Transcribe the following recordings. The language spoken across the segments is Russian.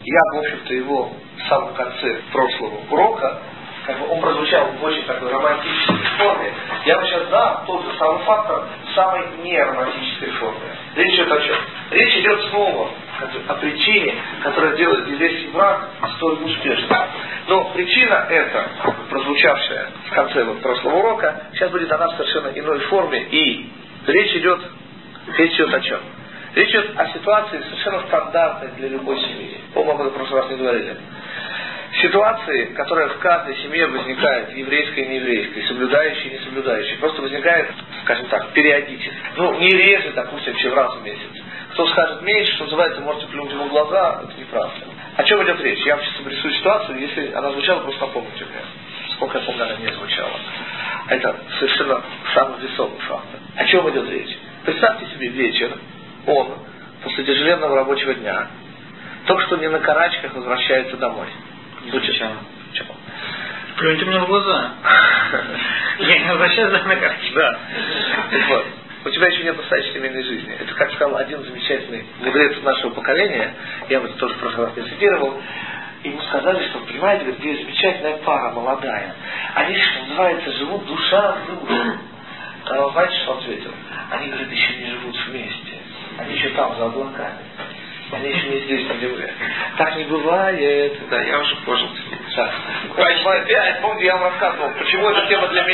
Я, в общем-то, его в самом конце прошлого урока, он прозвучал в очень такой романтической форме. Я вам сейчас дам тот же самый фактор в самой неромантической форме. Речь идет о чем? Речь идет снова о причине, которая делает еврейский брак столь успешным. Но причина эта, прозвучавшая в конце прошлого урока, сейчас будет она в совершенно иной форме. И речь идет о чем? Речь идет о ситуации совершенно стандартной для любой семьи. По-моему, об этом в прошлый раз не говорили. Ситуации, которая в каждой семье возникает, еврейской и нееврейской, соблюдающей и несоблюдающей, просто возникает, скажем так, периодически. Не реже, допустим, чем раз в месяц. Кто скажет меньше, что называется, можете плюнуть ему в глаза, это неправда. О чем идет речь? Я вам сейчас обрисую ситуацию, если она звучала, просто напомните мне. Сколько я помню, она не звучала. Это совершенно самый весомый фактор. О чем идет речь? Представьте себе вечер, он, после тяжеленного рабочего дня, только что не на карачках возвращается домой. Чего? Плюньте мне в глаза. Я не возвращаюсь на карачках. Да. Так вот. У тебя еще нет настоящей семейной жизни. Это, как сказал один замечательный мудрец нашего поколения, я его тоже в прошлый раз не цитировал, ему сказали, что, понимаете, где замечательная пара молодая, они, что называется, живут душа в душу. А он, знаете, что он ответил? Они, говорит, еще не живут вместе. Они еще там, за облаками. Они еще не здесь, на земле. Так не бывает. Да, я уже пожил с ним. Я помню, я вам рассказывал, почему эта тема для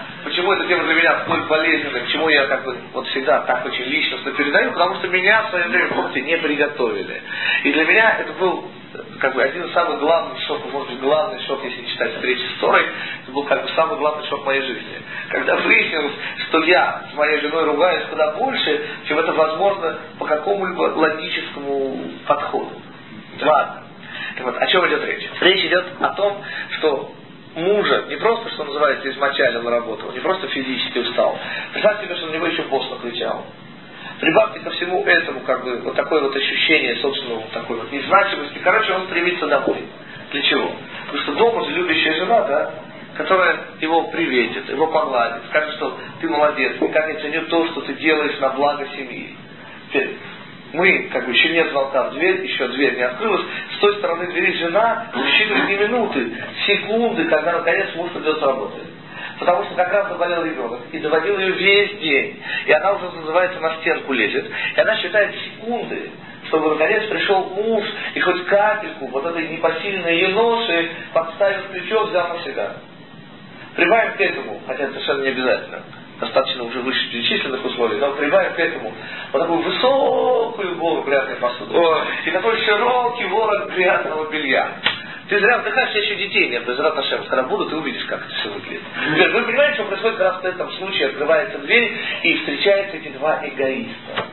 меня столь болезненная, почему я всегда так очень личностно передаю, потому что меня в свое время, помните, не приготовили. И для меня это был один из самых главных шоков, может быть, главный шок, если не считать встречи с Торой, это был самый главный шок в моей жизни. Когда выяснилось, что я с моей женой ругаюсь куда больше, чем это возможно по какому-либо логическому подходу. Ладно. Так вот, о чем идет речь? Речь идет о том, что мужа не просто, что называется, измочалил на работу, он не просто физически устал. Представьте себе, что на него еще босс накричал. Прибавьте ко всему этому, такое ощущение собственного, такой незначимости. Короче, он стремится домой. Для чего? Потому что дома же любящая жена, да, которая его приветит, его погладит, скажет, что ты молодец, никак не ценю то, что ты делаешь на благо семьи. Теперь, мы, еще нет звонка в дверь, еще дверь не открылась, с той стороны двери жена считывает не минуты, секунды, когда наконец муж придет с работы. Потому что как раз заболел ребенок, и доводил ее весь день. И она уже, называется, на стенку лезет. И она считает секунды, чтобы наконец пришел муж, и хоть капельку этой непосильной ее ноши, подставив плечо, взял на себя. Прибавим к этому, хотя это совершенно не обязательно, достаточно уже выше перечисленных условий, но прибавим к этому такую высокую гору грязной посуды. И такой широкий ворот грязного белья. Ты зря вздыхаешь, еще детей нет, без раташем. Когда будут, ты увидишь, как это все выглядит. Вы понимаете, что происходит, когда в этом случае открывается дверь и встречаются эти два эгоиста.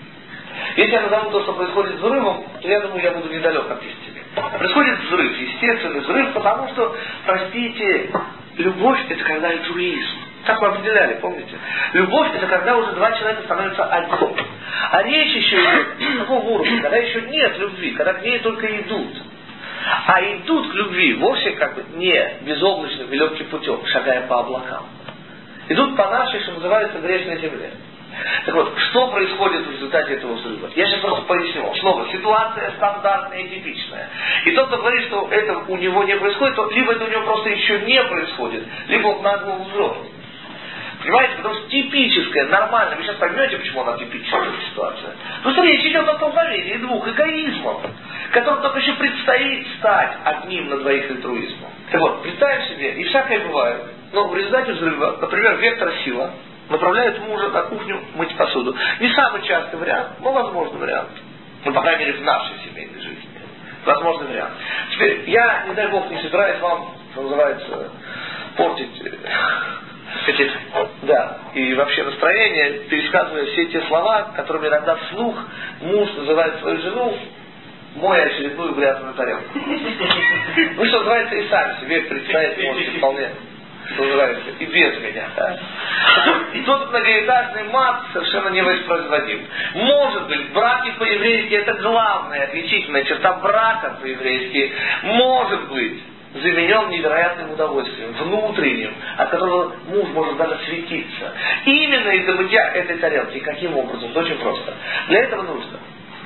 Если я назову то, что происходит с взрывом, то я думаю, я буду недалек от истины. Происходит взрыв, естественный взрыв, потому что, простите, любовь – это когда альтруизм. Так мы определяли, помните? Любовь – это когда уже два человека становятся одним. А речь еще идет на таком уровне, когда еще нет любви, когда к ней только идут. А идут к любви вовсе не безоблачным и легким путем, шагая по облакам. Идут по нашей, что называется, грешной земле. Так вот, что происходит в результате этого взрыва? Я сейчас просто поясню. Снова, ситуация стандартная и типичная. И тот, кто говорит, что это у него не происходит, то либо это у него просто еще не происходит, либо он на голову взрослый. Понимаете, потому что типическая, нормальная, вы сейчас поймете, почему она типичная, эта ситуация. Потому что речь идет о столкновении двух эгоизмов, которым только еще предстоит стать одним на двоих альтруизмом. Так вот, представим себе, и всякое бывает, но в результате взрыва, например, вектор сила направляет мужа на кухню мыть посуду. Не самый частый вариант, но возможный вариант. Ну, по крайней мере, в нашей семейной жизни. Возможный вариант. Теперь, я, не дай бог, не собираюсь вам, что называется, портить аппетит. Да, и вообще настроение, пересказывая все те слова, которыми иногда вслух муж называет свою жену, моя очередную грязную тарелку. Вы, что называется, и сами себе представить можете вполне, что называется, и без меня. Да? И тот многоэтажный мат совершенно невоспроизводим. Может быть, браки по-еврейски это главная отличительная черта брака по-еврейски. Может быть, заменен невероятным удовольствием, внутренним, от которого муж может даже светиться. Именно из-за мытья этой тарелки. Каким образом? Очень просто. Для этого нужно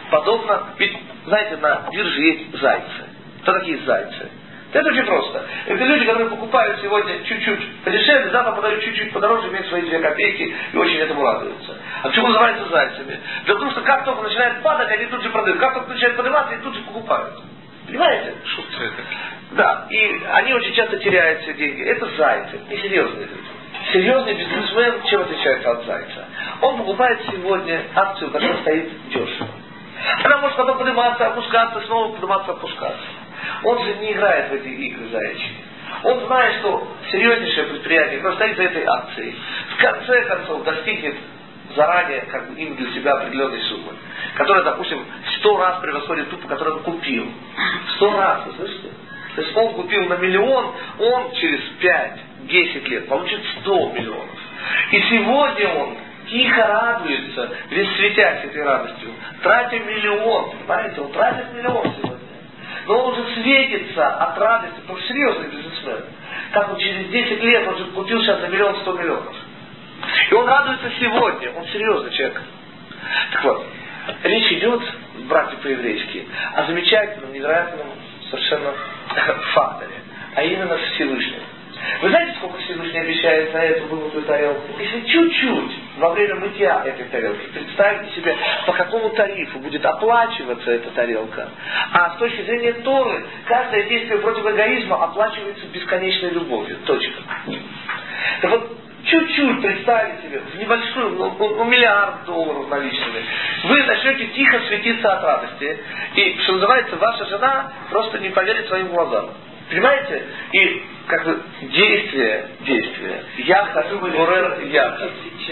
Подобно, ведь, знаете, на бирже есть зайцы. Кто такие зайцы? Это очень просто. Это люди, которые покупают сегодня чуть-чуть подешевле, завтра продают чуть-чуть подороже, имеют свои 2 копейки и очень этому радуются. А почему называются зайцами? Да потому что как только начинает падать, они тут же продают. Как только начинает подниматься, они тут же покупают. Понимаете? Шутки. Да. И они очень часто теряют все деньги. Это зайцы. Несерьезные люди. Серьезный бизнесмен чем отличается от зайца? Он покупает сегодня акцию, которая стоит дешево. Она может потом подниматься, опускаться, снова подниматься, опускаться. Он же не играет в эти игры заячьи. Он знает, что серьезнейшее предприятие, которое стоит за этой акцией, в конце концов достигнет заранее им для себя определенной суммы, которая, допустим, 100 раз превосходит ту, по которой он купил. 100 раз, вы слышите? То есть он купил на 1 миллион, он через 5-10 лет получит 100 миллионов. И сегодня он тихо радуется, весь светясь этой радостью, тратя 1 миллион, понимаете, он тратит 1 миллион сегодня. Но он уже светится от радости, потому что серьезный бизнесмен. Как он через 10 лет, он же купил сейчас за 1 100 000 000. И он радуется сегодня, он серьезный человек. Так вот, речь идет, братья по-еврейски, о замечательном, невероятном совершенно факторе, а именно Всевышнем. Вы знаете, сколько Всевышний обещает за эту вымытую тарелку? Если чуть-чуть во время мытья этой тарелки представьте себе, по какому тарифу будет оплачиваться эта тарелка. А с точки зрения Торы, каждое действие против эгоизма оплачивается бесконечной любовью. Точка. Так вот, чуть-чуть представить себе, в небольшую, $1 миллиард наличными, вы начнете тихо светиться от радости. И, что называется, ваша жена просто не поверит своим глазам. Понимаете? И как бы действие. Яхас, гурер, яхас.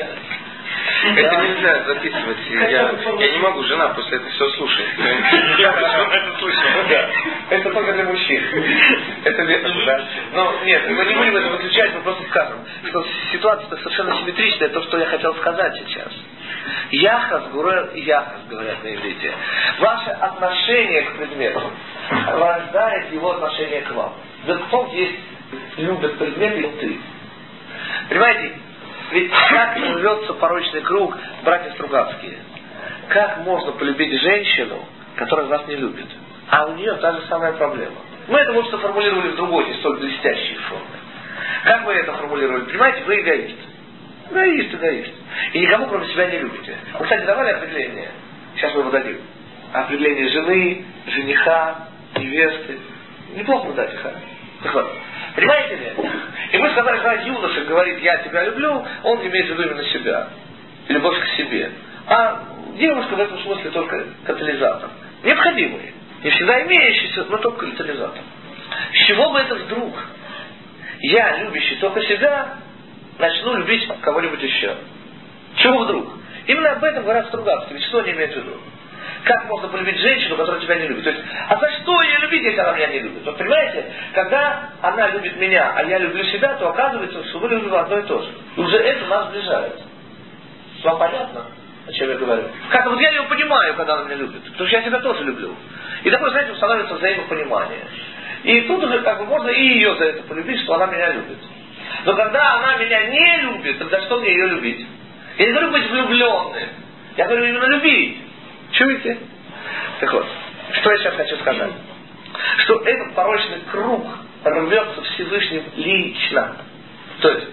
Это нельзя записывать. Я не могу, жена после этого все слушает. Я это слышал. Это только для мужчин. Это верно, да? Но нет, мы не будем это выключать, мы просто скажем, что ситуация совершенно симметричная, то, что я хотел сказать сейчас. Яхас, гурер и яхас, говорят на иврите. Ваше отношение к предмету рождает его отношение к вам. Да кто здесь любит предметы, и ты. Понимаете? Ведь как рвется порочный круг, братья Стругацкие? Как можно полюбить женщину, которая вас не любит? А у нее та же самая проблема. Мы это, может, формулировали в другой, не столь блестящей форме. Как вы это формулировали? Понимаете, вы эгоист. Эгоист. И никому, кроме себя, не любите. Вы, кстати, давали определение? Сейчас мы его дадим. Определение жены, жениха, невесты. Неплохо дать их, а? Так вот. Понимаете ли? И мы сказали, когда юноша говорит, я тебя люблю, он имеет в виду именно себя. Любовь к себе. А девушка в этом смысле только катализатор. Необходимый. Не всегда имеющийся, но только катализатор. С чего бы это вдруг? Я, любящий только себя, начну любить кого-нибудь еще. Чего вдруг? Именно об этом говорят Стругацкие. Ведь что они имеют в виду? Как можно полюбить женщину, которая тебя не любит? То есть, а за что ее любить, если она меня не любит? Вот понимаете, когда она любит меня, а я люблю себя, то оказывается, что мы любим одно и то же. И уже это нас сближает. Вам понятно, о чем я говорю? Как-то вот я ее понимаю, когда она меня любит. Потому что я себя тоже люблю. И такое, знаете, становится взаимопонимание. И тут уже как бы можно и ее за это полюбить, что она меня любит. Но когда она меня не любит, тогда что мне ее любить? Я не говорю быть влюбленным. Я говорю именно любить. Чуете? Так вот, что я сейчас хочу сказать? Что этот порочный круг рвется Всевышним лично. То есть,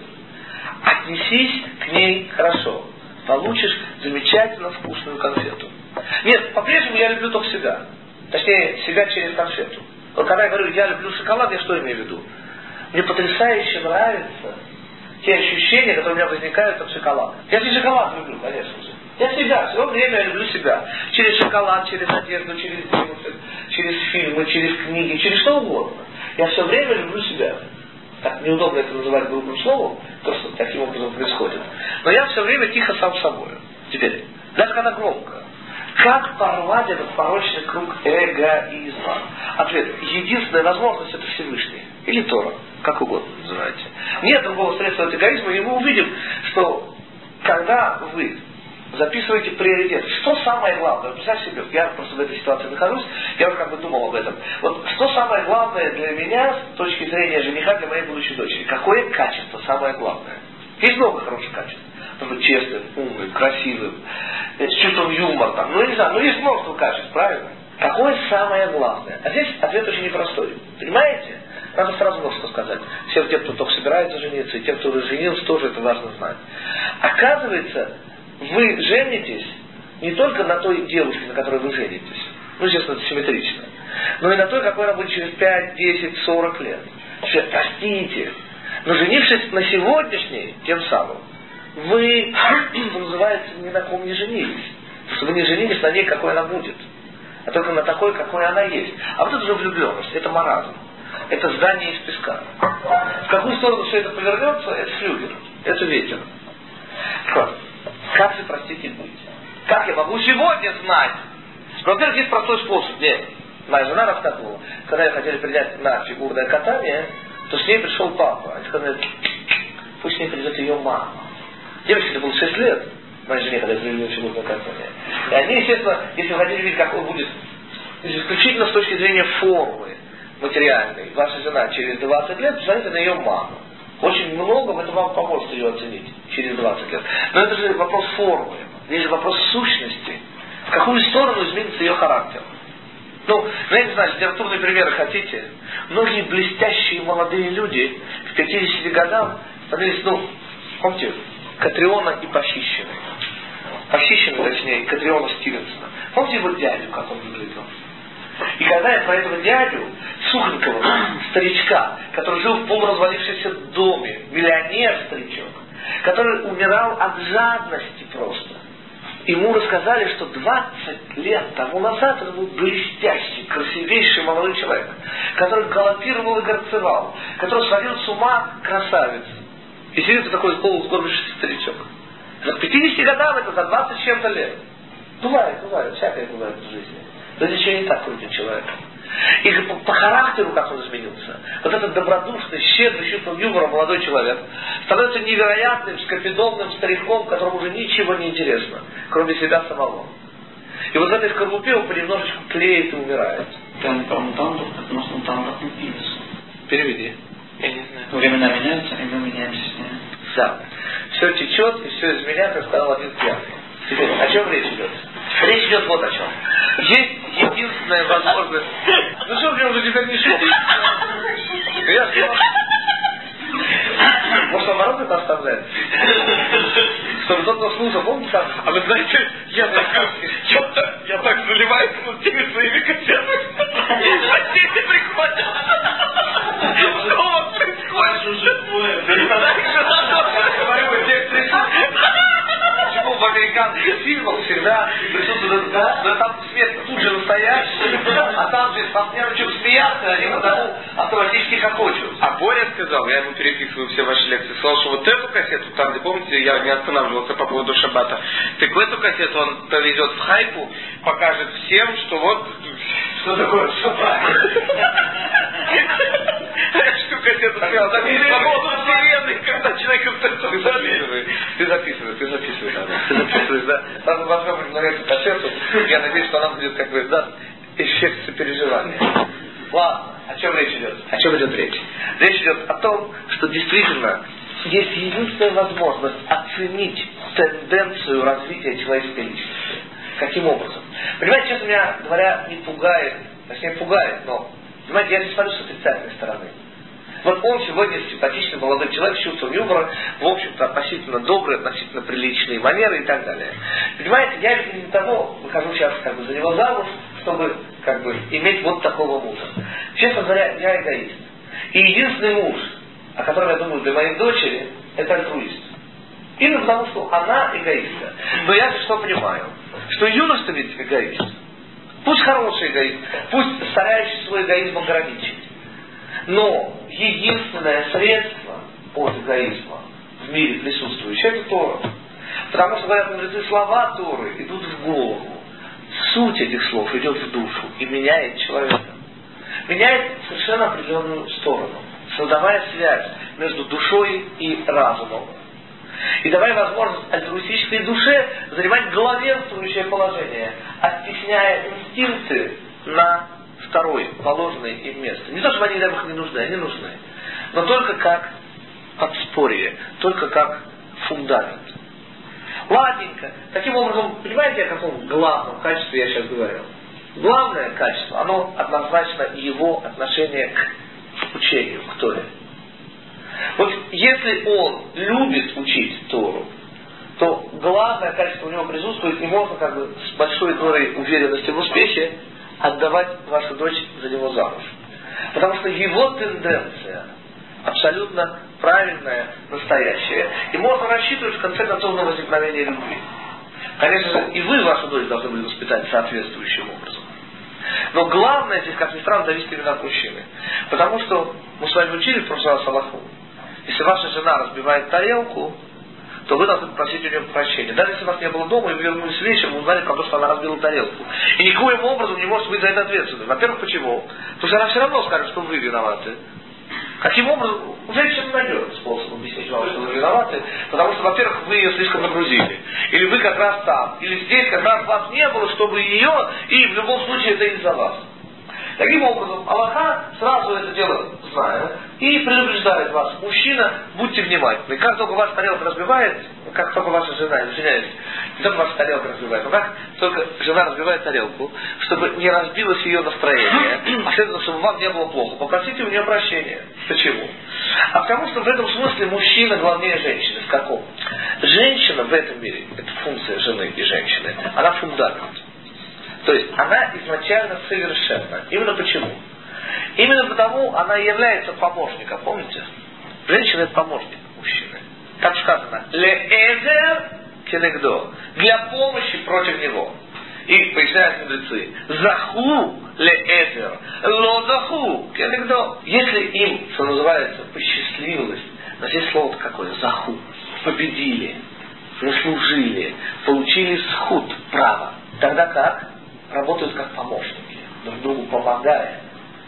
отнесись к ней хорошо. Получишь замечательно вкусную конфету. Нет, по-прежнему я люблю только себя. Точнее, себя через конфету. Вот когда я говорю, я люблю шоколад, я что имею в виду? Мне потрясающе нравятся те ощущения, которые у меня возникают от шоколада. Я и шоколад люблю, конечно же. Я себя, все время я люблю себя. Через шоколад, через одежду, через девушек, через фильмы, через книги, через что угодно. Я все время люблю себя. Так неудобно это называть грубым словом, то, что таким образом происходит. Но я все время тихо сам с собой. Теперь, даже когда громко. Как порвать этот порочный круг эгоизма? Ответ. Единственная возможность это Всевышний. Или Тора. Как угодно называйте. Нет другого средства от эгоизма, и мы увидим, что когда вы записываете приоритет, что самое главное, представьте себе, я просто в этой ситуации нахожусь, я уже как бы думал об этом. Вот что самое главное для меня с точки зрения жениха для моей будущей дочери? Какое качество самое главное? Есть много хороших качеств. Может быть честным, умным, красивым, с чувством юмора, там, ну, не знаю, есть множество качеств, правильно? Какое самое главное? А здесь ответ очень непростой. Понимаете? Надо сразу вот что сказать. Всем тем, кто только собирается жениться, и тем, кто уже женился, тоже это важно знать. Оказывается, вы женитесь не только на той девушке, на которой вы женитесь. Ну, естественно, это симметрично. Но и на той, какой она будет через 5, 10, 40 лет. Простите. Но женившись на сегодняшней, тем самым, вы, что называется, ни на ком не женились. Потому что вы не женились на ней, какой она будет. А только на такой, какой она есть. А вот это уже влюбленность, это маразм. Это здание из песка. В какую сторону все это повернется, это флюгер, это ветер. Как же, простите, быть? Как я могу сегодня знать? Во-первых, есть простой способ. Нет. Моя жена рассказывала, когда ее хотели принять на фигурное катание, то с ней пришел папа. Они сказали, пусть с ней придет ее мама. Девочке это было 6 лет, моей жене, когда я привели ее фигурное катание. И они, естественно, если вы хотели видеть, какой будет, исключительно с точки зрения формы материальной, ваша жена через 20 лет, посмотрите на ее маму. Очень многом это вам поможет ее оценить через 20 лет. Но это же вопрос формы. Здесь же вопрос сущности. В какую сторону изменится ее характер. Ну, я не знаю, литературные примеры хотите? Многие блестящие молодые люди к 50 годам становились, помните, Катриона и Похищенный. Похищенный, точнее, Катриона Стивенсона. Помните его дядю, как он выглядел? И когда я про этого дядю, сухонького старичка, который жил в полуразвалившемся доме, миллионер-старичок, который умирал от жадности просто. Ему рассказали, что 20 лет тому назад это был блестящий, красивейший молодой человек, который галопировал и горцевал, который сводил с ума красавец. И сидит вот такой полусгорбившийся старичок. За 50 годам это за 20 с чем-то лет. Бывает, всякое бывает в жизни. Но здесь еще не так крутит человек. И по характеру, как он изменился, вот этот добродушный, щедрый, чувством юмора молодой человек становится невероятным, скопидомным стариком, которому уже ничего не интересно, кроме себя самого. И вот в этой скорлупе он понемножечку клеит и умирает. Я не про мутантов, потому что мутантов не пишется. Переведи. Я не знаю. Времена меняются, и мы меняемся с ними. Да. Все течет и все изменяет, как сказал один пьяный. Теперь, о чем речь идет? Речь идет вот о чем. Есть единственная возможность... Ну что, мне уже теперь не шутить? Я сказал... Может, наоборот это оставляет? Чтобы тот, кто слушал, помните как? А вы знаете, я так заливаюсь теми своими кассетами. Соседи приходят. Что у вас происходит? Я говорю, здесь почему в американских фильмах всегда присутствует, да, там смех тут же настоящий, а там же партнерчик смеяться, они потому автоматически хохочут. А Боря сказал, я ему переписываю все ваши лекции, сказал, что вот эту кассету, там, где, помните, я не останавливался по поводу шаббата, так в эту кассету он повезет в Хайпу, покажет всем, что вот... Что такое шаббат? Что кассету сказал? Так свободу вселенной, когда человек Ты записываешь, да? Сразу возьмем на эту кассету, я надеюсь, что она будет, как бы, даст эффект сопереживания. Ладно, о чем речь идет? О чем идет речь? Речь идет о том, что действительно есть единственная возможность оценить тенденцию развития человеческой личности. Каким образом? Понимаете, честно меня говоря, не пугает, точнее пугает, но, понимаете, я не смотрю с отрицательной стороны. Вот он сегодня симпатичный молодой человек с чувством юмора, в общем-то, относительно добрый, относительно приличные манеры и так далее. Понимаете, я ведь не для того выхожу сейчас как бы за него замуж, чтобы как бы иметь вот такого мужа. Честно говоря, я эгоист. И единственный муж, о котором я думаю для моей дочери, это альтруист. Именно потому, что она эгоистка. Но я что понимаю, что юноша ведь эгоист. Пусть хороший эгоист, пусть старающийся свой эгоизм ограничить. Но единственное средство от эгоизма в мире присутствующее — это Тора. Потому что, говорят мудрецы, слова Торы идут в голову. Суть этих слов идет в душу и меняет человека. Меняет совершенно определенную сторону, создавая связь между душой и разумом. И давая возможность альтруистической душе занимать главенствующее положение, оттесняя инстинкты на второе, положенное им место. Не то, что они, дай Бог, не нужны, они нужны. Но только как подспорье, только как фундамент. Ладненько. Таким образом, понимаете, о каком главном качестве я сейчас говорил? Главное качество, оно однозначно его отношение к учению, к Торе. Вот если он любит учить Тору, то главное качество у него присутствует, и можно как бы с большой долей уверенности в успехе отдавать вашу дочь за него замуж. Потому что его тенденция абсолютно правильная, настоящая. И можно рассчитывать в конце концов на возникновение любви. Конечно же, и вы вашу дочь должны были воспитать соответствующим образом. Но главное здесь, как ни странно, зависит именно от мужчины. Потому что мы с вами учили в прошлый раз Аллаху. Если ваша жена разбивает тарелку, то вы должны попросить у нее прощения. Даже если вас не было дома, и вы вернулись вечером, вы узнали про то, что она разбила тарелку. И никоим образом не может быть за это ответственным. Во-первых, почему? Потому что она все равно скажет, что вы виноваты. Каким образом? Женщина найдет способ объяснить вам, что вы виноваты. Потому что, во-первых, вы ее слишком нагрузили. Или вы как раз там. Или здесь как раз вас не было, чтобы ее, и в любом случае это из-за вас. Таким образом, Аллаха сразу это дело знает и предупреждает вас. Мужчина, будьте внимательны. Как только ваша тарелка разбивает, как только ваша жена, извиняюсь, не только ваша тарелка разбивает, но как только жена разбивает тарелку, чтобы не разбилось ее настроение, а следовательно, чтобы вам не было плохо, попросите у нее прощения. Почему? А потому что в этом смысле мужчина главнее женщины. В каком? Женщина в этом мире, это функция жены и женщины, она фундамент. То есть она изначально совершенна. Именно почему? Именно потому она является помощником. Помните? Женщина это помощник мужчины. Там сказано «Леэзер кенегдо» для помощи против него. И поясняют мудрецы «Заху леэзер, ло заху кенегдо». Если им, что называется, посчастливилось, но здесь слово-то какое? «Заху». Победили, заслужили, получили схуд, право. Тогда как? Работают как помощники, друг другу помогая.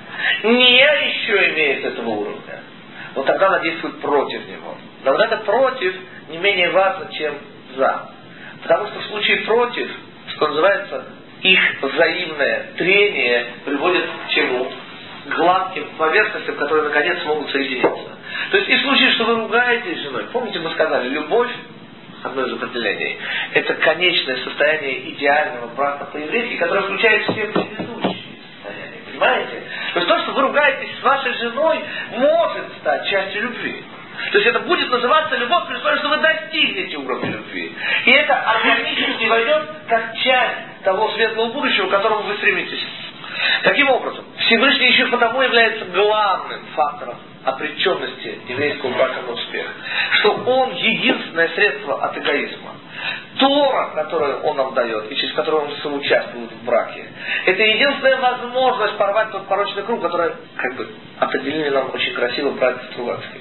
Не еще имеет этого уровня, но тогда она действует против него. Но вот это против не менее важно, чем за. Потому что в случае против, что называется, их взаимное трение приводит к чему? К гладким поверхностям, которые наконец могут соединиться. То есть и в случае, что вы ругаетесь с женой, помните, мы сказали, любовь, одно из определений, это конечное состояние идеального брака по-еврейски, которое включает все предыдущие состояния. Понимаете? То есть то, что вы ругаетесь с вашей женой, может стать частью любви. То есть это будет называться любовь, при условии, что вы достигнете уровня любви. И это органически войдет как часть того светлого будущего, к которому вы стремитесь. Таким образом, Всевышний еще потому является главным фактором обреченности еврейского брака на успех, что он единственное средство от эгоизма. Тора, которую он нам дает, и через которую он соучаствует в браке, это единственная возможность порвать тот порочный круг, который, как бы, определили нам очень красиво братья Стругацкие.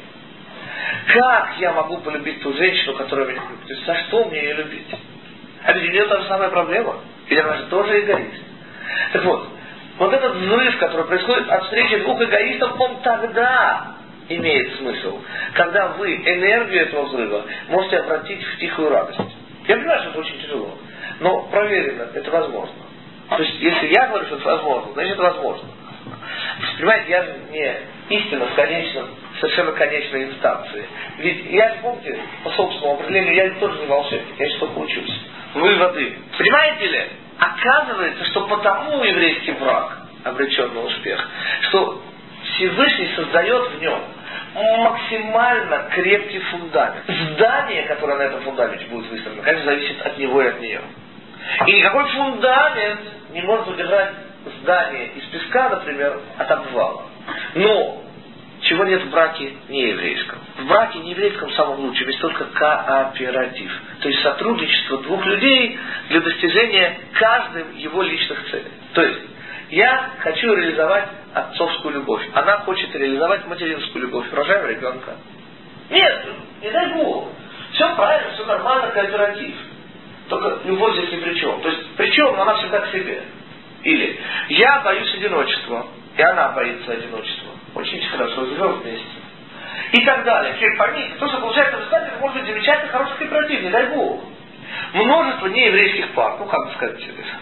Как я могу полюбить ту женщину, которая меня любит? То есть за что мне ее любить? А ведь у нее та же самая проблема. Ведь она же тоже эгоист. Так вот, вот этот взрыв, который происходит от встречи двух эгоистов, он тогда имеет смысл, когда вы энергию этого взрыва можете обратить в тихую радость. Я понимаю, что это очень тяжело, но проверено, это возможно. То есть, если я говорю, что это возможно, значит это возможно. Понимаете, я же не истина в конечном, совершенно конечной инстанции. Ведь я, помните, по собственному определению, я тоже не волшебник, я еще только учусь. Выводы. Понимаете ли? Оказывается, что потому еврейский брак обречен на успех, что Всевышний создает в нем максимально крепкий фундамент. Здание, которое на этом фундаменте будет выстроено, конечно, зависит от него и от нее. И никакой фундамент не может удержать здание из песка, например, от обвала. Но чего нет в браке нееврейском? В браке нееврейском самом лучшем есть только кооператив. То есть сотрудничество двух людей для достижения каждым его личных целей. То есть я хочу реализовать отцовскую любовь. Она хочет реализовать материнскую любовь. Рожаем ребенка. Нет, не дай Бог. Все правильно, все нормально, кооператив. Только любовь здесь ни при чем. То есть при чем, но она всегда к себе. Или я боюсь одиночества, и она боится одиночества. Очень хорошо, живем вместе. И так далее. Теперь поймите, то, что получается в результате, это может быть замечательный, хороший кооператив, не дай Бог. Множество нееврейских пар, ну как бы сказать,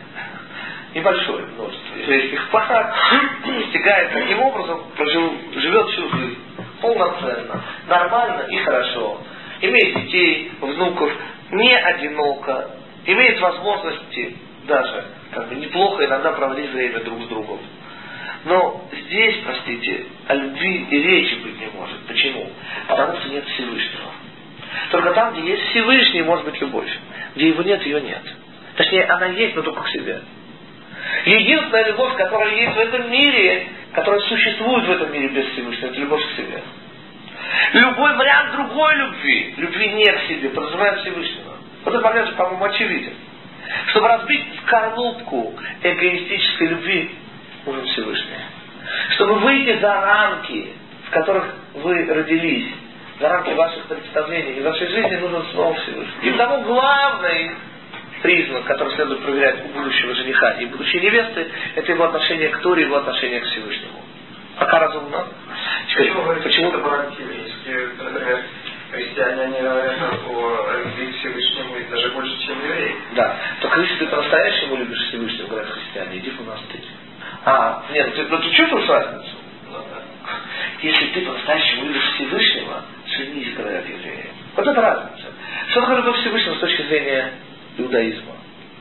небольшое множество еврейских пар достигает таким образом, живет всю жизнь полноценно, нормально и хорошо. Имеет детей, внуков, не одиноко, имеет возможности даже неплохо иногда проводить время друг с другом. Но здесь, простите, о любви и речи быть не может. Почему? Потому что нет Всевышнего. Только там, где есть Всевышний, может быть любовь. Где его нет, ее нет. Точнее, она есть, но только к себе. Единственная любовь, которая есть в этом мире, которая существует в этом мире без Всевышнего, это любовь к себе. Любой вариант другой любви не к себе, подразумевает Всевышнего. Вот этот момент же, по-моему, очевиден. Чтобы разбить скорлупку эгоистической любви, нужен Всевышний. Чтобы выйти за рамки, в которых вы родились, за рамки ваших представлений и вашей жизни, нужен снова Всевышний. И потому главный признак, который следует проверять у будущего жениха и будущей невесты, это его отношение к Торе, его отношение к Всевышнему. Пока разумно. Почему это барантивнически, например, христиане, они говорят о любви к Всевышнему и даже больше, чем евреи? Да. Только если ты по-настоящему любишь Всевышнего, говорят христиане, иди в монастырь. Нет, ты чувствуешь разницу? Если ты по-настоящему любишь Всевышнего, женись, говорят евреи. Вот это разница. Что такое любовь Всевышнего с точки зрения иудаизма?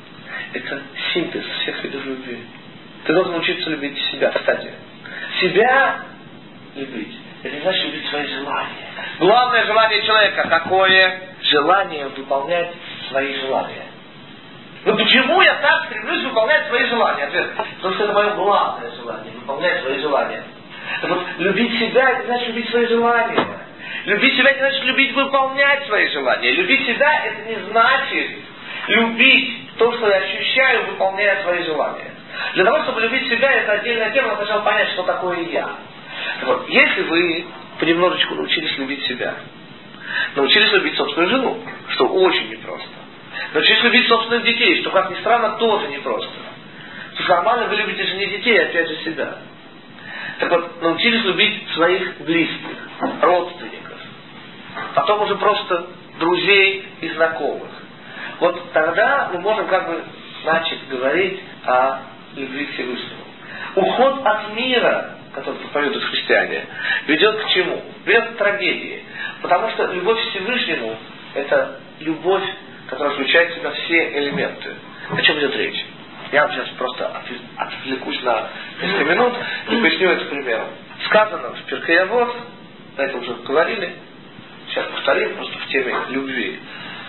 Это синтез всех видов любви. Ты должен учиться любить себя, кстати. Себя любить. Это значит любить свои желания. Главное желание человека какое? Желание выполнять свои желания. Но почему я так стремлюсь выполнять свои желания? Ответ. Потому что это мое главное желание. Выполнять свои желания. Так вот, любить себя, это значит любить свои желания. Любить себя, это значит любить выполнять свои желания. Любить себя, это не значит любить то, что я ощущаю, выполняя свои желания. Для того, чтобы любить себя, это отдельная тема, надо сначала понять, что такое я. Вот. Если вы понемножечку научились любить себя, научились любить собственную жену, что очень непросто, научились любить собственных детей, что, как ни странно, тоже непросто. То есть нормально вы любите же не детей, а опять же себя. Так вот, научились любить своих близких, родственников, потом уже просто друзей и знакомых. Вот тогда мы можем начать говорить о любви к Всевышнему. Уход от мира, который проповедуют христиане, ведет к чему? Ведет к трагедии. Потому что любовь к Всевышнему – это любовь, которая включает в себя все элементы. О чем идет речь? Я вам сейчас просто отвлекусь на несколько минут и поясню это примером. Сказано в Перкей Авот, на это уже говорили, сейчас повторим просто в теме любви,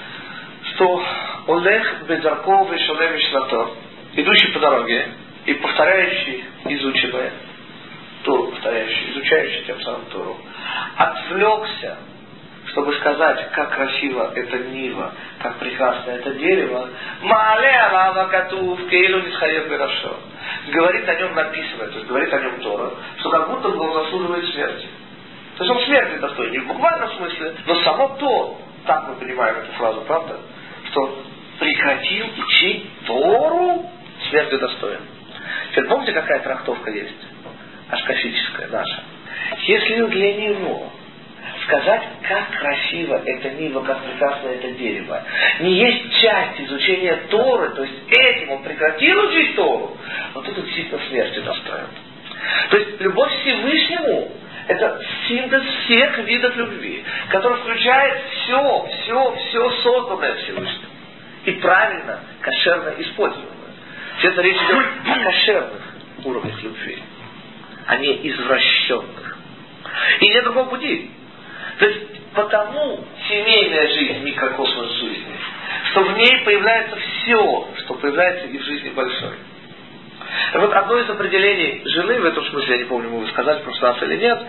что «Олех бедарко вешале мишнато», идущий по дороге и повторяющий изученное, Тору повторяющий, изучающий тем самым Тору, отвлекся, чтобы сказать, как красиво это нива, как прекрасно это дерево, «Маале алава катув кейлу нисхаев беравшо». Говорит о нем написано, то есть говорит о нем Тора, что как будто бы он заслуживает смерти. То есть он смерти достоин, не в буквальном смысле, но само то, так мы понимаем эту фразу, правда, что прекратил учить Тору, смерти достоин. Теперь помните, какая трактовка есть? Ашкафическая наша. Если для него сказать, как красиво это нива, как прекрасно это дерево, не есть часть изучения Торы, то есть этим он прекратил учить Тору, вот это действительно смерти достоин. То есть любовь к Всевышнему – это синтез всех видов любви, который включает все созданное Всевышним. И правильно, кошерно используемое. Это речь идет о кошерных уровнях любви, а не извращенных. И нет другого пути. То есть потому семейная жизнь, микрокосмос жизни, что в ней появляется все, что появляется и в жизни большой. Вот одно из определений жены, в этом смысле, я не помню, вы сказали в прошлый раз или нет,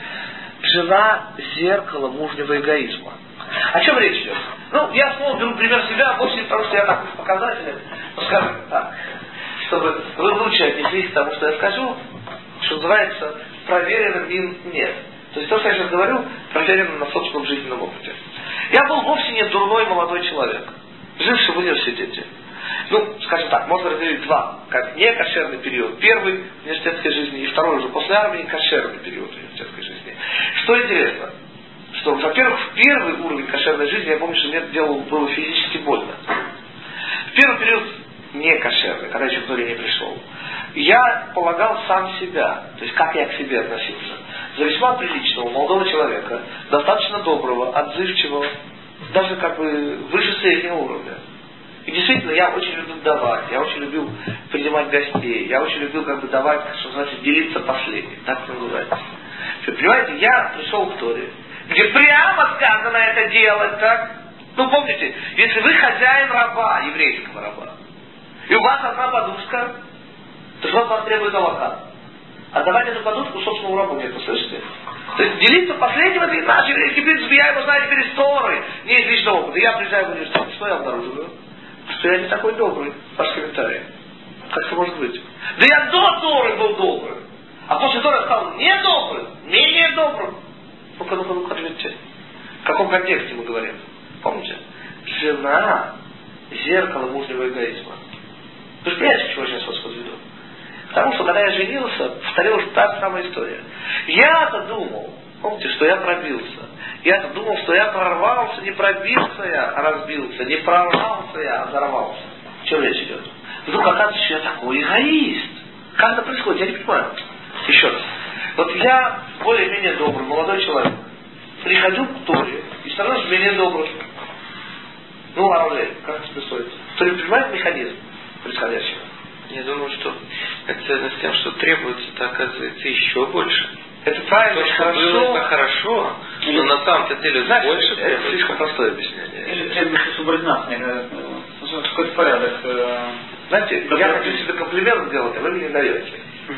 жена – зеркало мужнего эгоизма. О чем речь идет? Я снова беру пример себя, вовсе не потому, что я такой показатель, но скажем так, чтобы вы лучше отнеслись к тому, что я скажу, что называется, проверенным им нет. То есть то, что я сейчас говорю, проверено на собственном жизненном опыте. Я был вовсе не дурной молодой человек, живший в университете. Скажем так, можно разделить два. Как некошерный период. Первый в университетской жизни и второй уже после армии кошерный период университетской жизни. Что интересно, что, во-первых, в первый уровень кошерной жизни, я помню, что мне было физически больно. В первый период некошерный, когда еще к Торе не пришел, я полагал сам себя, то есть как я к себе относился, за весьма приличного молодого человека, достаточно доброго, отзывчивого, даже как бы выше среднего уровня. И действительно, я очень любил давать, я очень любил принимать гостей, я очень любил как бы давать, что значит делиться последним, так это называется. Что, понимаете, я пришел к Торе, где прямо сказано это делать, так? Ну помните, если вы хозяин раба, еврейского раба, и у вас одна подушка, то что от вас требует Аллаха? Отдавать эту подушку собственному рабу, нет, вы слышите? То есть делиться последним, это наш еврейский принцип, я его знаю теперь из Торы, не из личного опыта. Я приезжаю в университет, что я обнаруживаю? Что я не такой добрый, ваш комментарий. Как это может быть? Да я до Торы был добрым, а после Торы стал не добрым, менее добрым. Ну-ка, ответьте. В каком контексте мы говорим? Помните? Жена – зеркало мужнего эгоизма. Вы же понимаете, к чему я сейчас вас подведу? Потому что, когда я женился, повторилась та же самая история. Я-то думал, помните, что я пробился. Я-то думал, что я прорвался, не пробился я, а разбился. Не прорвался я, а взорвался. О чем речь идет? Вдруг оказывается, что я такой эгоист. Как это происходит? Я не понимаю. Еще раз. Вот я более-менее добрый, молодой человек. Прихожу к Торе и становлюсь менее добрым. Ну, Арулей, как тебе стоит? Кто-нибудь понимает механизм происходящего? Я думаю, что это связано с тем, что требуется-то, оказывается, еще больше. Это правильно, то, что хорошо. Было, это хорошо, но на самом-то деле знаешь, больше это требуется. слишком простое объяснение. Или требуется субординация, какой-то порядок. Знаете, я хочу себе комплимент сделать, а вы мне не даете.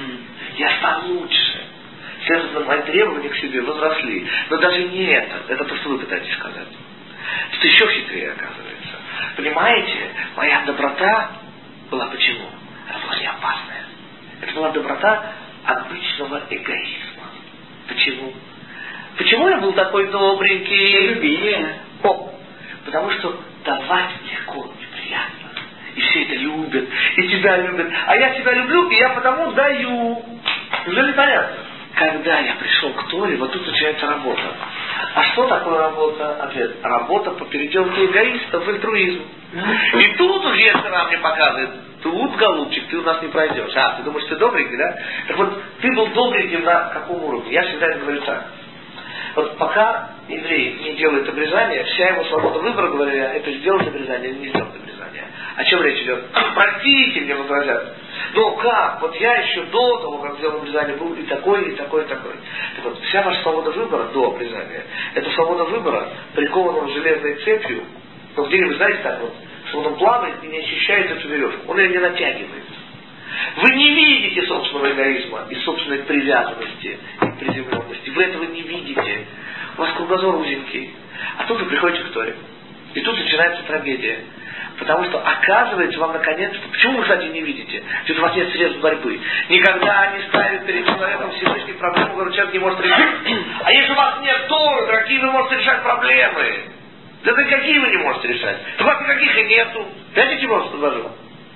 Я стал лучше. Следовательно, мои требования к себе возросли. Но даже не это. Это то, что вы пытаетесь сказать. Это еще хитрее, оказывается. Понимаете, моя доброта была почему? Она была не опасная. Это была доброта обычного эгоизма. Почему? Почему я был такой добренький? Любили. Потому что давать легко и приятно. И все это любят, и тебя любят. А я тебя люблю, и я потому даю. Неужели понятно? Когда я пришел к Торе, вот тут начинается работа. А что такое работа? Ответ. Работа по переделке эгоиста в альтруизм. И тут уже Ецер мне показывает, тут, голубчик, ты у нас не пройдешь. А, ты думаешь, ты добренький, да? Так вот, ты был добреньким на каком уровне? Я всегда это говорю так. Вот пока еврей не делает обрезание, вся его свобода выбора, говоря, это сделать обрезание или не сделать обрезание. О чем речь идет? Простите, мне возразят. Ну как? Вот я еще до того, как сделал обрезание, был и такой, и такой, и такой. Так вот, вся ваша свобода выбора до обрезания, это свобода выбора, прикованного железной цепью. Но в деле вы знаете так вот, что он плавает и не ощущает эту веревку. Он ее не натягивает. Вы не видите собственного эгоизма и собственной привязанности и приземленности. Вы этого не видите. У вас кругозор узенький. А тут вы приходите к Торе. И тут начинается трагедия. Потому что оказывается вам наконец-то... Почему вы, кстати, не видите? Ведь у вас нет средств борьбы. Никогда не ставит перед человеком Всевышний проблему, которую человек не может решить. А если у вас нет Торы, какие вы можете решать проблемы? Да какие вы не можете решать? У вас никаких и нету. Знаете, чего я предложил?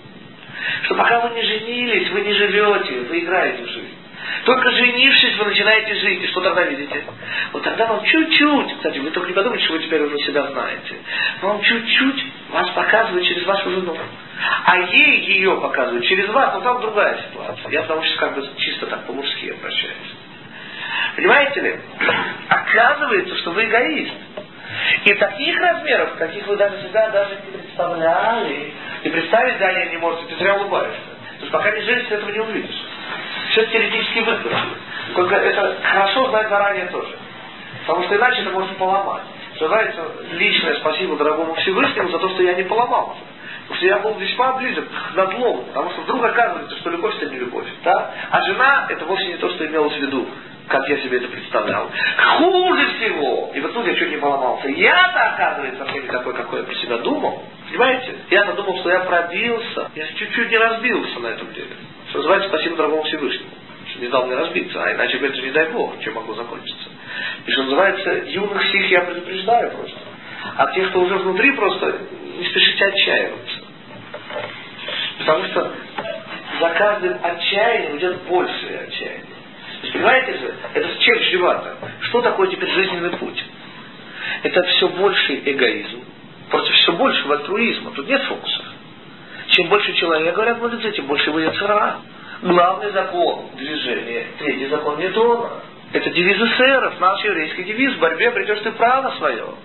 Что пока вы не женились, вы не живете, вы играете в жизнь. Только женившись, вы начинаете жить. И что тогда видите? Вот тогда вам чуть-чуть, кстати, вы только не подумайте, что вы теперь уже себя знаете, но вам чуть-чуть вас показывают через вашу жену. А ей ее показывают через вас, но там другая ситуация. Я потому что как бы чисто так по-мужски обращаюсь. Понимаете ли? Оказывается, что вы эгоист. И таких размеров, каких вы даже себя даже не представляли, и представить далее не можете, ты зря улыбаешься. Потому что пока не женишься, этого не увидишь. Все теоретически выключено. Только это хорошо знать заранее тоже. Потому что иначе это можно поломать. Что, знаете, личное спасибо дорогому Всевышнему за то, что я не поломался. Потому что я был весьма близок к надлому. Потому что вдруг оказывается, что любовь это не любовь. Да? А жена это вовсе не то, что имелось в виду, как я себе это представлял. Хуже всего, и вот тут я чуть не поломался, я-то, оказывается, совсем не такой, какой я про себя думал. Понимаете? Я-то думал, что я пробился. Я чуть-чуть не разбился на этом деле. Что называется, спасибо дорогому Всевышнему. Что не дал мне разбиться, а иначе, опять же, не дай Бог, чем могло закончиться. И что называется, юных сих я предупреждаю просто. А тех, кто уже внутри, просто не спешите отчаиваться. Потому что за каждым отчаянием идет большее отчаяние. То есть, понимаете же, это с чем чревато? Что такое теперь жизненный путь? Это все больший эгоизм против все большего альтруизма. Тут нет фокусов. Чем больше человек, говорят мудрецы, тем больше его яцера. Главный закон движения, третий закон Ньютона. Это девиз эсеров, наш еврейский девиз. В борьбе придешь ты право свое.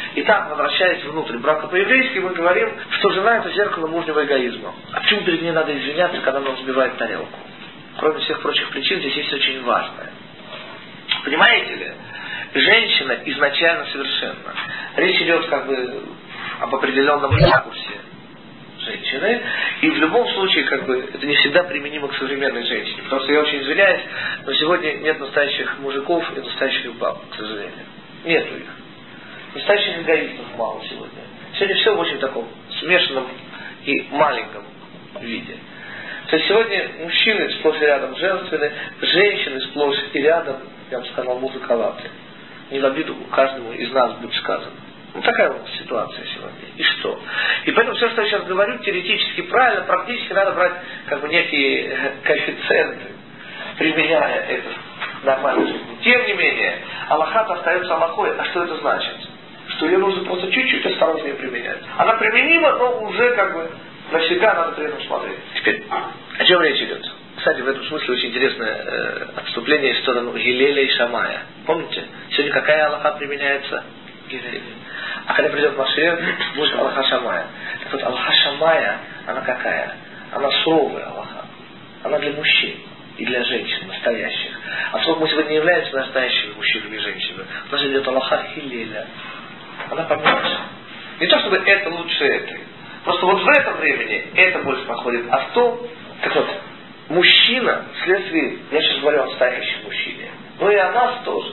И так, возвращаясь внутрь брака по-еврейски, мы говорим, что жена это зеркало мужнего эгоизма. А почему перед ней надо извиняться, когда она взбивает тарелку? Кроме всех прочих причин, здесь есть очень важное. Понимаете ли? Женщина изначально совершенна. Речь идет как бы об определенном ракурсе женщины, и в любом случае как бы это не всегда применимо к современной женщине. Потому что я очень извиняюсь, но сегодня нет настоящих мужиков и настоящих баб, к сожалению. Нету их. Настоящих эгоистов мало сегодня. Сегодня все в очень таком смешанном и маленьком виде. То есть сегодня мужчины сплошь и рядом женственны, женщины сплошь и рядом, я бы сказал, музыковаты. Не в обиду каждому из нас будет сказано. Ну, такая вот ситуация сегодня. И что? И поэтому все, что я сейчас говорю, теоретически правильно, практически надо брать как бы некие коэффициенты, применяя это в нормальной жизни. Тем не менее, аллахат остается аллахой. А что это значит? Что ее нужно просто чуть-чуть осторожнее применять. Она применима, но уже как бы на себя надо при этом смотреть. Теперь, о чем речь идет? Кстати, в этом смысле очень интересное отступление в сторону Гилеля и Шамая. Помните? Сегодня какая аллаха применяется? Гилель. А когда придет Машиах, будет аллаха Шамая. Так вот, аллаха Шамая, она какая? Она суровая аллаха. Она для мужчин и для женщин, настоящих. А поскольку мы сегодня не являемся настоящими мужчинами и женщинами, у нас идет аллаха Гилеля. Она поменьше. Не то, чтобы это лучше этой. Просто вот в этом времени это больше подходит. А в том, так вот, мужчина, вследствие, я сейчас говорю о настоящем мужчине, но и о нас тоже.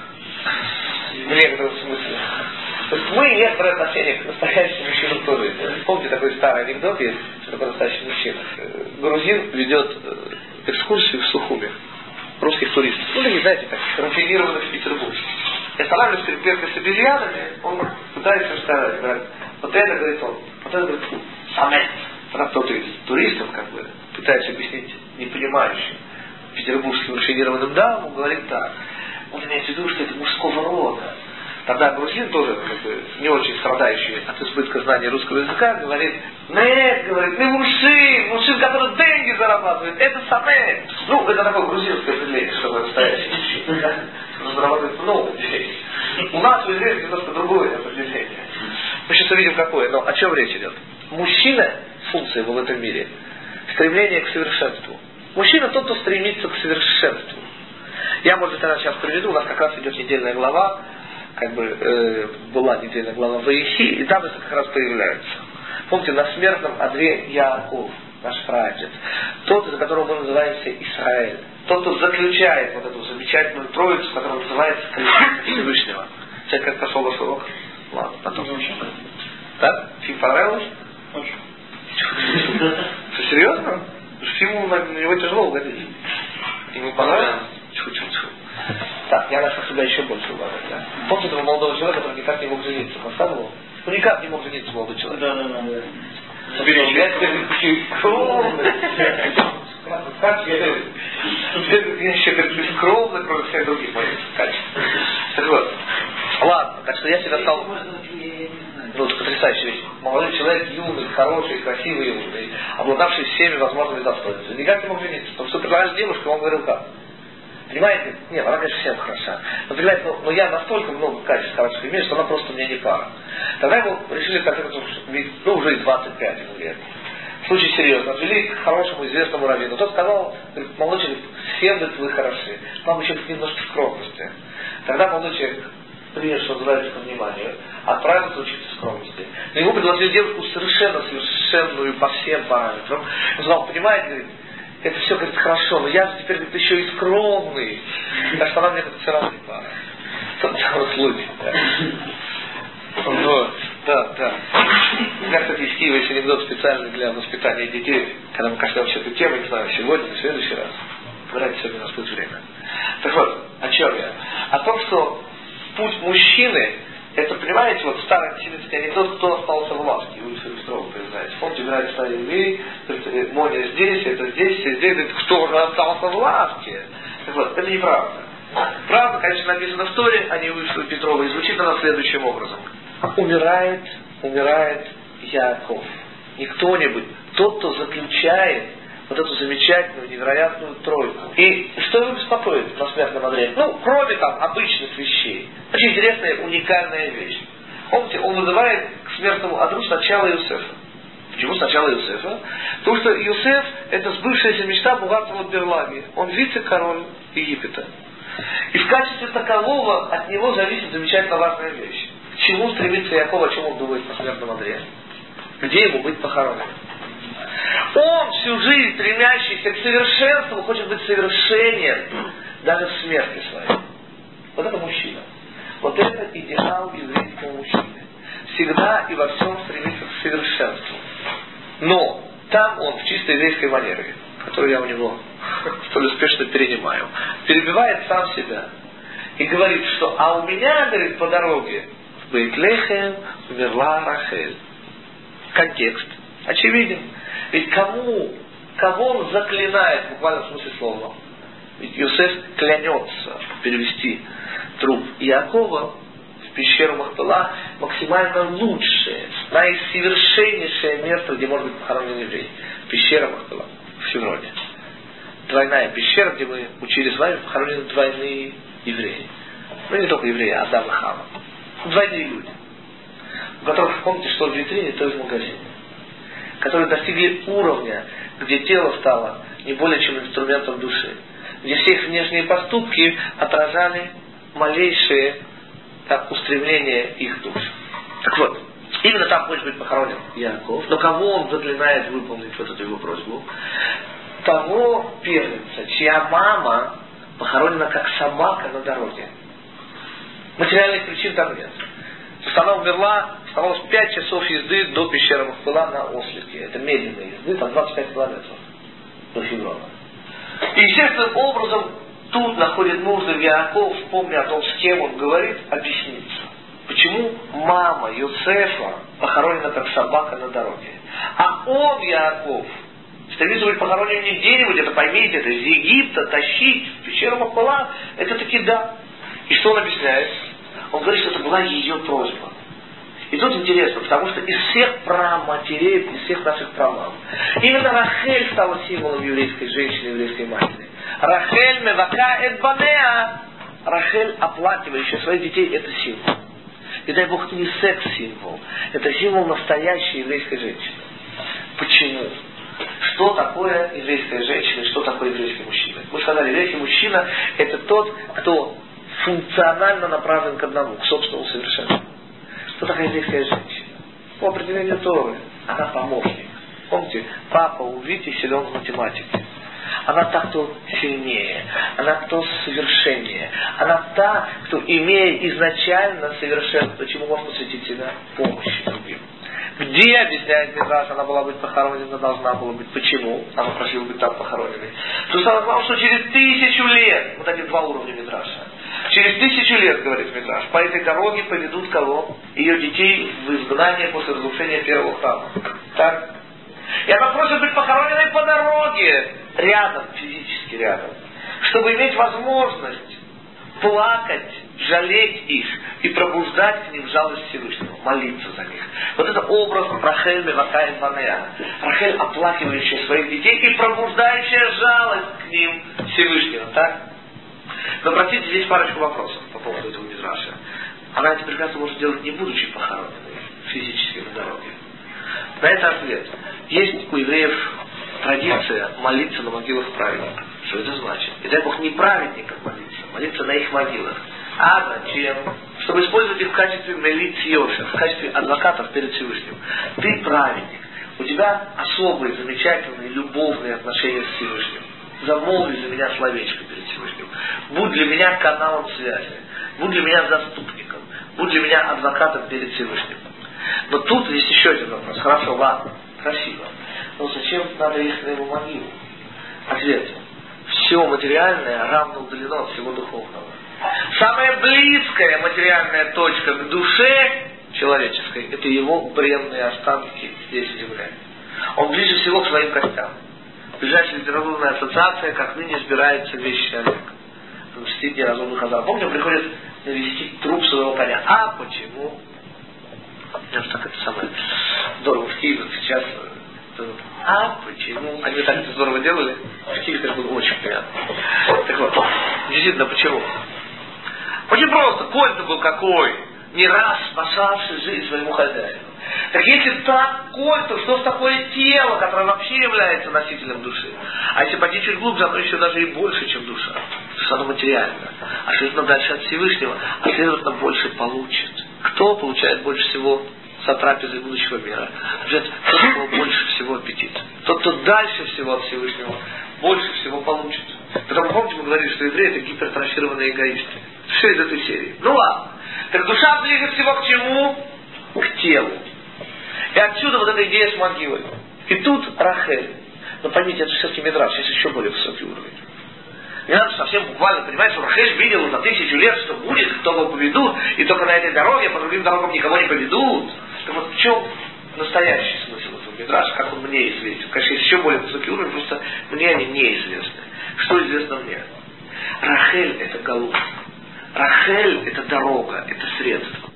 В некотором смысле. То есть мы некоторое отношение к настоящим мужчинам тоже. Помните, такой старый анекдот есть, что такое настоящий мужчина. Грузин ведет экскурсию в Сухуми. Русских туристов. Ну, такие, знаете, так, рафинированных в Петербурге. И останавливаясь перед клеткой с обезьянами, он пытается рассказать, говорит, вот это, говорит он, вот это, говорит, самец. Тогда кто-то из туристов, как бы, пытается объяснить непонимающим петербургским рафинированным дамам, говорит так. Он имеет в виду, что это мужского рода. Тогда грузин тоже, как бы, не очень страдающий от избытка знания русского языка, говорит, нет, говорит, не мужчин, который деньги зарабатывает, это самец. Ну, это такое грузинское определение, что такое настоящий мужчина. Он зарабатывает много денег. У нас в Израиле немножко другое определение. Мы сейчас увидим какое, но о чем речь идет. Мужчина, функция его в этом мире, стремление к совершенству. Мужчина тот, кто стремится к совершенству. Я, может быть, сейчас приведу, у нас как раз идет недельная глава, как бы была недельная глава Ваихи, и там это как раз появляется. Помните, на смертном одре Яаков, наш прадед, тот, из-за которого мы называемся Израиль, тот, кто заключает вот эту замечательную троицу, которая называется Колесница Всевышнего. Сейчас как пошел ваш урок? Ладно, потом. Так? Фильм понравился? Очень. Что, серьезно? Фильму на него тяжело угодить. Ему понравилось? Чу-чу-чу. Так, я начал себя еще больше уважать, да? Помните этого молодого человека, который никак не мог жениться? Рассказывал? Ну никак не мог жениться, молодой человек. Да. Я теперь скромный. Я еще скромный, кроме всех других моих качеств. Так вот. Ладно, так что я себя стал... Ну, это потрясающая вещь. Молодой человек, юный, хороший, красивый, юный, обладавший всеми возможными достоинствами. Никак не мог жениться. Потому что предлагали девушку, он говорил как? Понимаете? Нет, она, конечно, всем хороша. Но, понимаете, но я настолько много качеств хороших имею, что она просто мне не пара. Тогда ему решили, как это, ну, уже и 25 ему лет. Случай серьезно. Отвели к хорошему известному раввину. Тот сказал, говорит, молодой человек, всем, говорит, вы хороши. Вам еще немножко скромности. Тогда молодой человек, принял, что называется, ко вниманию, отправился учиться скромности. Но ему предложили девушку совершенную по всем параметрам. Он сказал, понимаете, говорит, это все, говорит, хорошо, но я же теперь, говорит, еще и скромный. Так что она мне, говорит, все равно не пара. Тот самый случай, да. Вот, да. У меня, кстати, из Киева есть анекдот специальный для воспитания детей. Когда мы коснемся этой темы, не знаю, сегодня, в следующий раз. Говорите, сегодня у нас будет время. Так вот, о чем я? О том, что путь мужчины, это, понимаете, вот старый антисемитский анекдот, кто остался в ласке, вы все Петрова признаете. Помните, играли стали евреи, Моня здесь, это здесь, говорит, кто же остался в ласке? Так вот, это неправда. Правда, конечно, написано в Торе, они вышли у Петрова, и звучит она следующим образом. Умирает Яаков. Не кто-нибудь, тот, кто заключает вот эту замечательную, невероятную тройку. И что его беспокоит на смертном одре? Ну, кроме там обычных вещей. Очень интересная, уникальная вещь. Помните, он вызывает к смертному одру сначала Иосифа. Почему сначала Иосифа? Потому что Иосиф – это сбывшаяся мечта богатого Берлаги. Он вице-король Египта. И в качестве такового от него зависит замечательно важная вещь. К чему стремится Иаков, о чем он думает на смертном одре? Где ему быть похороненным? Он всю жизнь, стремящийся к совершенству, хочет быть совершенен даже в смерти своей. Вот это мужчина. Вот это идеал еврейского мужчины. Всегда и во всем стремится к совершенству. Но там он в чисто еврейской манере, которую я у него столь успешно перенимаю, перебивает сам себя и говорит, что а у меня, говорит, по дороге в Бейт-Лехем умерла Рахель. Контекст очевиден. Ведь кого он заклинает, буквально в смысле слова? Ведь Иосиф клянется перевести труп Иакова в пещеру Махпела максимально лучшее, наисовершеннейшее место, где может быть похоронен еврей. Пещера Махпела в Хевроне. Двойная пещера, где мы учили с вами, похоронены двойные евреи. Ну не только евреи, а Адам и Хава. Двойные люди. У которых, помните, что в витрине, то и в магазине. Которые достигли уровня, где тело стало не более чем инструментом души. Где все их внешние поступки отражали малейшие устремления их душ. Так вот, именно там хочет быть похоронен Иаков. Но кого он заклинает выполнить вот эту его просьбу? Того первенца, чья мама похоронена как собака на дороге. Материальных причин там нет. То есть она умерла, оставалось 5 часов езды до пещеры Махпела на ослике. Это медленные езды, там 25 километров до Хеврона. И естественным образом тут находит нужным Иаков, помня о том, с кем он говорит, объясниться. Почему мама Йосефа похоронена как собака на дороге? А он, Иаков, стремится быть похоронен не где-нибудь, это поймите, это из Египта тащить в пещеру Махпела, это таки да. И что он объясняет? Он говорит, что это была ее просьба. И тут интересно, потому что из всех праматерей, из всех наших прамам, именно Рахель стала символом еврейской женщины, еврейской матери. Рахель мевака эт банеа. Рахель, оплакивающая своих детей, это символ. И дай Бог, это не секс-символ. Это символ настоящей еврейской женщины. Почему? Что такое еврейская женщина и что такое еврейский мужчина? Мы сказали, еврейский мужчина это тот, кто функционально направлен к одному, к собственному совершенству. Что такая еврейская женщина? По определению Торы, она помощник. Помните, папа у Вити силен в математике. Она та, кто сильнее. Она кто совершеннее. Она та, кто, имея изначально совершенство, чему может посвятить себя помощи другим. Где, объясняет Мидраш, она была быть похоронена, должна была быть. Почему? Она просила быть там похороненной. Потому что она знала, что через 1000 лет, вот эти два уровня Мидраша, через 1000 лет, говорит Мидраш, по этой дороге поведут кого? Ее детей в изгнание после разрушения первого храма. Так? И она просит быть похороненной по дороге, рядом, физически рядом, чтобы иметь возможность плакать, жалеть их и пробуждать к ним жалость Всевышнего, молиться за них. Вот это образ Рахель мевака эт банеа. Рахель, оплакивающая своих детей и пробуждающая жалость к ним Всевышнего, так? Но простите, здесь парочку вопросов по поводу этого Мидраша. Она это прекрасно может делать, не будучи похороненной физически на дороге. На это ответ. Есть у евреев традиция молиться на могилах праведников. Что это значит? И дай Бог не праведникам молиться на их могилах. А зачем? Чтобы использовать их в качестве мелициошев, в качестве адвокатов перед Всевышним. Ты праведник. У тебя особые, замечательные, любовные отношения с Всевышним. Замолви за меня словечко перед Всевышним. Будь для меня каналом связи. Будь для меня заступником. Будь для меня адвокатом перед Всевышним. Но тут есть еще один вопрос. Хорошо, ладно, красиво. Но зачем надо ехать на его могилу? Ответ. Все материальное равно удалено от всего духовного. Самая близкая материальная точка к душе человеческой — это его бренные останки здесь, в земле. Он ближе всего к своим костям. Ближайшая литературная ассоциация, как ныне сбирается вещи Олег. Мстить неразумных азар. Помню, приходит навестить труп своего коня. А почему? Я же так это самое здорово в Киеве сейчас. А почему? Они так это здорово делали. В Киеве это было очень приятно. Так вот, действительно, почему? Очень просто. Конь-то был какой? не раз спасавший жизнь своему хозяину. Так если такой, то что ж такое тело, которое вообще является носителем души? А если пойти чуть глубже, оно еще даже и больше, чем душа. Потому что оно материально. А следовательно, дальше от Всевышнего, а следовательно, больше получит. Кто получает больше всего со трапезы будущего мира? Тот, у кого больше всего аппетит. Тот, кто дальше всего от Всевышнего, больше всего получит. Потому, помните, мы говорили, что евреи это гипертрофированные эгоисты. Все из этой серии. Ну ладно. Так душа ближе всего к чему? К телу. И отсюда вот эта идея с могилой. И тут Рахель. Но поймите, это все-таки Мидраш, здесь еще более высокий уровень. Не надо совсем буквально понимать, что Рахель видела за 1000 лет, что будет, кто его поведут, и только на этой дороге, по другим дорогам никого не поведут. Так вот в чем настоящий смысл этого Мидраша, как он мне известен? Конечно, есть еще более высокий уровень, просто мне они неизвестны. Что известно мне? Рахель это галут. Рахель это дорога, это средство.